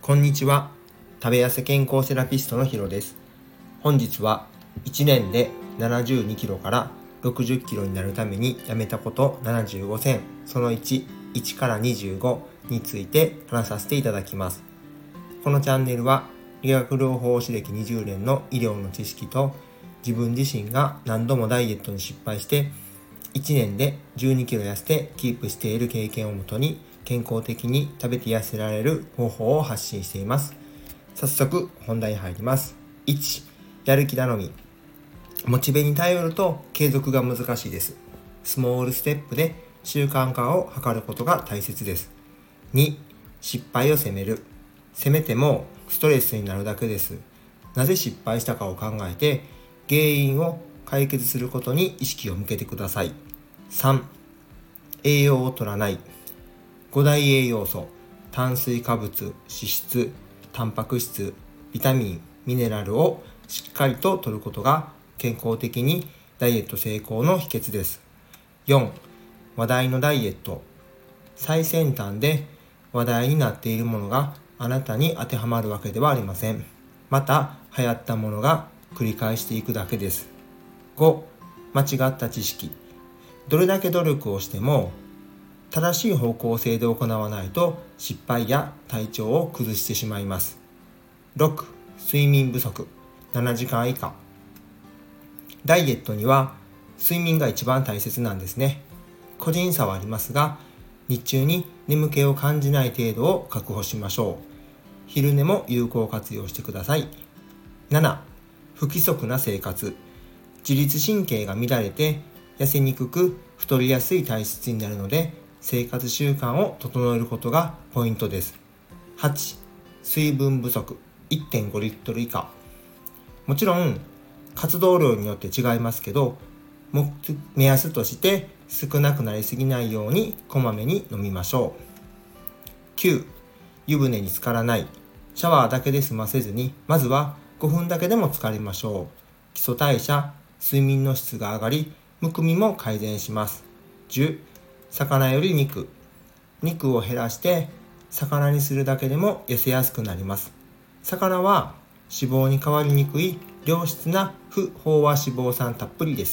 こんにちは。食べ痩せ健康セラピストのヒロです。本日は1年で72キロから60キロになるためにやめたこと75選その1から25について話させていただきます。このチャンネルは理学療法士歴20年の医療の知識と自分自身が何度もダイエットに失敗して1年で12キロ痩せてキープしている経験をもとに健康的に食べて痩せられる方法を発信しています。早速本題に入ります。1、やる気頼み。モチベに頼ると継続が難しいです。スモールステップで習慣化を図ることが大切です。2、失敗を責める。責めてもストレスになるだけです。なぜ失敗したかを考えて原因を解決することに意識を向けてください。3、栄養を取らない。5大栄養素、炭水化物、脂質、タンパク質、ビタミン、ミネラルをしっかりと摂ることが健康的にダイエット成功の秘訣です。4、話題のダイエット。最先端で話題になっているものがあなたに当てはまるわけではありません。また流行ったものが繰り返していくだけです。5、間違った知識。どれだけ努力をしても正しい方向性で行わないと失敗や体調を崩してしまいます。6、睡眠不足。7時間以下。ダイエットには睡眠が一番大切なんですね。個人差はありますが、日中に眠気を感じない程度を確保しましょう。昼寝も有効活用してください。7、不規則な生活。自律神経が乱れて痩せにくく太りやすい体質になるので、生活習慣を整えることがポイントです。8、水分不足。1.5 リットル以下。もちろん活動量によって違いますけど、目安として少なくなりすぎないようにこまめに飲みましょう。9、湯船に浸からない。シャワーだけで済ませずに、まずは5分だけでも浸かりましょう。基礎代謝、睡眠の質が上がり、むくみも改善します。10、魚より肉。肉を減らして魚にするだけでも痩せやすくなります。魚は脂肪に変わりにくい良質な不飽和脂肪酸たっぷりです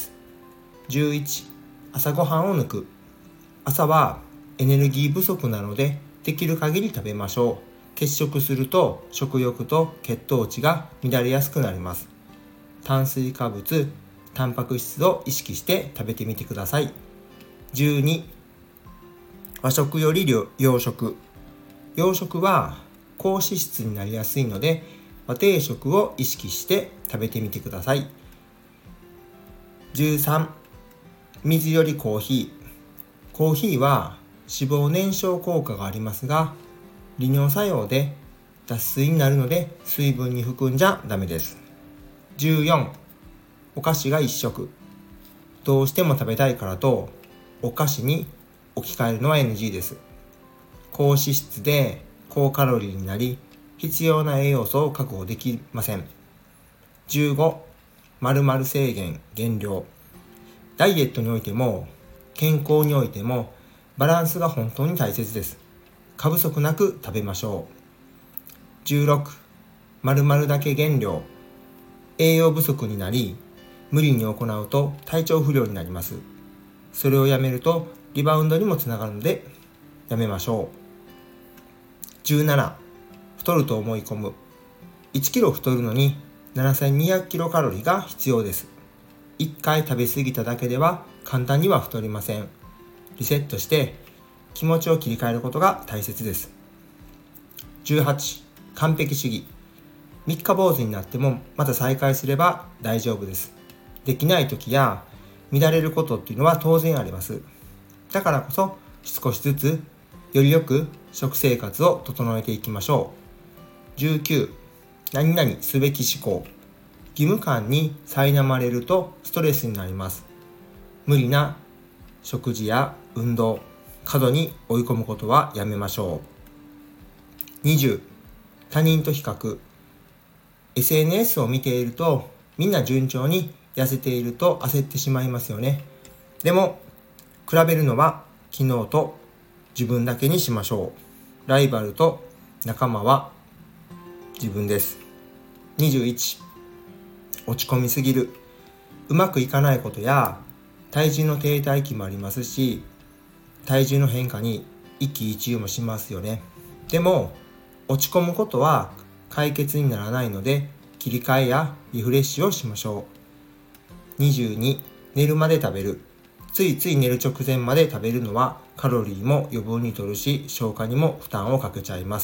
。11、朝ごはんを抜く。朝はエネルギー不足なのでできる限り食べましょう。欠食すると食欲と血糖値が乱れやすくなります。炭水化物、タンパク質を意識して食べてみてください。12、和食より洋食。洋食は高脂質になりやすいので和定食を意識して食べてみてください。13、水よりコーヒー。コーヒーは脂肪燃焼効果がありますが、利尿作用で脱水になるので水分に含んじゃダメです。14、お菓子が一食。どうしても食べたいからとお菓子に置き換えるのは NG です。高脂質で高カロリーになり、必要な栄養素を確保できません。15、〇〇制限減量。ダイエットにおいても健康においてもバランスが本当に大切です。過不足なく食べましょう。16、〇〇だけ減量。栄養不足になり無理に行うと体調不良になります。それをやめるとリバウンドにもつながるのでやめましょう。17、太ると思い込む。1キロ太るのに7200キロカロリーが必要です。1回食べ過ぎただけでは簡単には太りません。リセットして気持ちを切り替えることが大切です。18、完璧主義。3日坊主になってもまた再開すれば大丈夫です。できない時や乱れることっていうのは当然あります。だからこそ少しずつよりよく食生活を整えていきましょう。19、何々すべき思考。義務感に苛まれるとストレスになります。無理な食事や運動、過度に追い込むことはやめましょう。20、他人と比較。SNS を見ているとみんな順調に痩せていると焦ってしまいますよね。でも比べるのは昨日と自分だけにしましょう。ライバルと仲間は自分です。21、落ち込みすぎる。うまくいかないことや体重の停滞期もありますし、体重の変化に一喜一憂もしますよね。でも落ち込むことは解決にならないので、切り替えやリフレッシュをしましょう。22、寝るまで食べる。ついつい寝る直前まで食べるのはカロリーも余分に摂るし、消化にも負担をかけちゃいます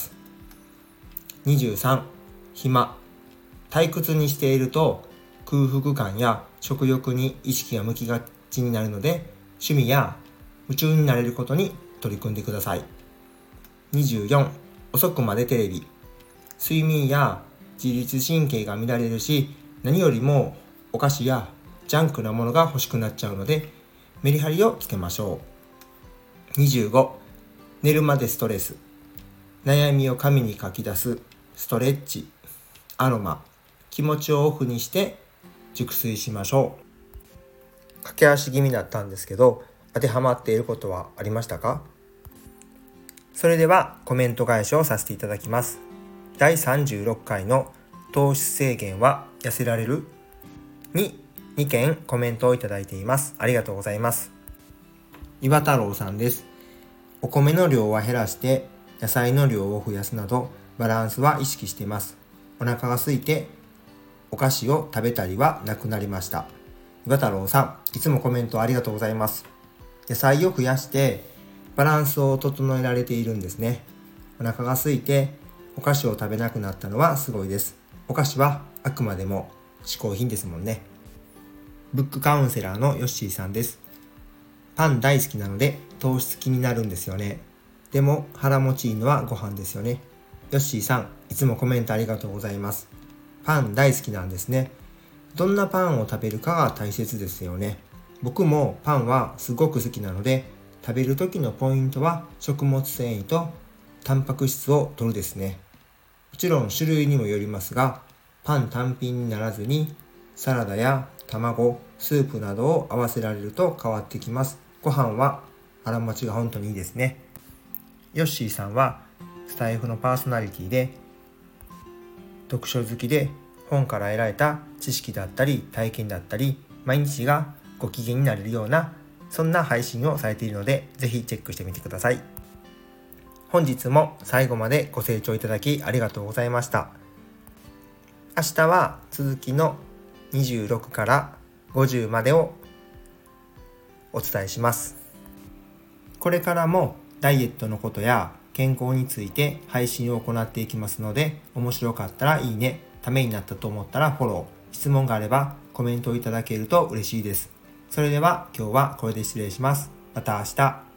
。23、暇。退屈にしていると空腹感や食欲に意識が向きがちになるので、趣味や夢中になれることに取り組んでください。24、遅くまでテレビ。睡眠や自律神経が乱れるし、何よりもお菓子やジャンクなものが欲しくなっちゃうので、メリハリをつけましょう。25、寝るまでストレス。悩みを紙に書き出す、ストレッチ、アロマ、気持ちをオフにして熟睡しましょう。駆け足気味だったんですけど、当てはまっていることはありましたか？それではコメント返しをさせていただきます。第36回の糖質制限は痩せられる？に2件コメントをいただいています。ありがとうございます。岩太郎さんです。お米の量は減らして野菜の量を増やすなどバランスは意識しています。お腹が空いてお菓子を食べたりはなくなりました。岩太郎さん、いつもコメントありがとうございます。野菜を増やしてバランスを整えられているんですね。お腹が空いてお菓子を食べなくなったのはすごいです。お菓子はあくまでも嗜好品ですもんね。ブックカウンセラーのヨッシーさんです。パン大好きなので糖質気になるんですよね。でも腹持ちいいのはご飯ですよね。ヨッシーさん、いつもコメントありがとうございます。パン大好きなんですね。どんなパンを食べるかが大切ですよね。僕もパンはすごく好きなので、食べる時のポイントは食物繊維とタンパク質を摂るですね。もちろん種類にもよりますが、パン単品にならずにサラダや卵、スープなどを合わせられると変わってきます。ご飯は腹持ちが本当にいいですね。ヨッシーさんはスタイフのパーソナリティで、読書好きで本から得られた知識だったり体験だったり、毎日がご機嫌になれるようなそんな配信をされているので、ぜひチェックしてみてください。本日も最後までご清聴いただきありがとうございました。明日は続きの26から50までをお伝えします。これからもダイエットのことや健康について配信を行っていきますので、面白かったらいいね、ためになったと思ったらフォロー、質問があればコメントをいただけると嬉しいです。それでは今日はこれで失礼します。また明日。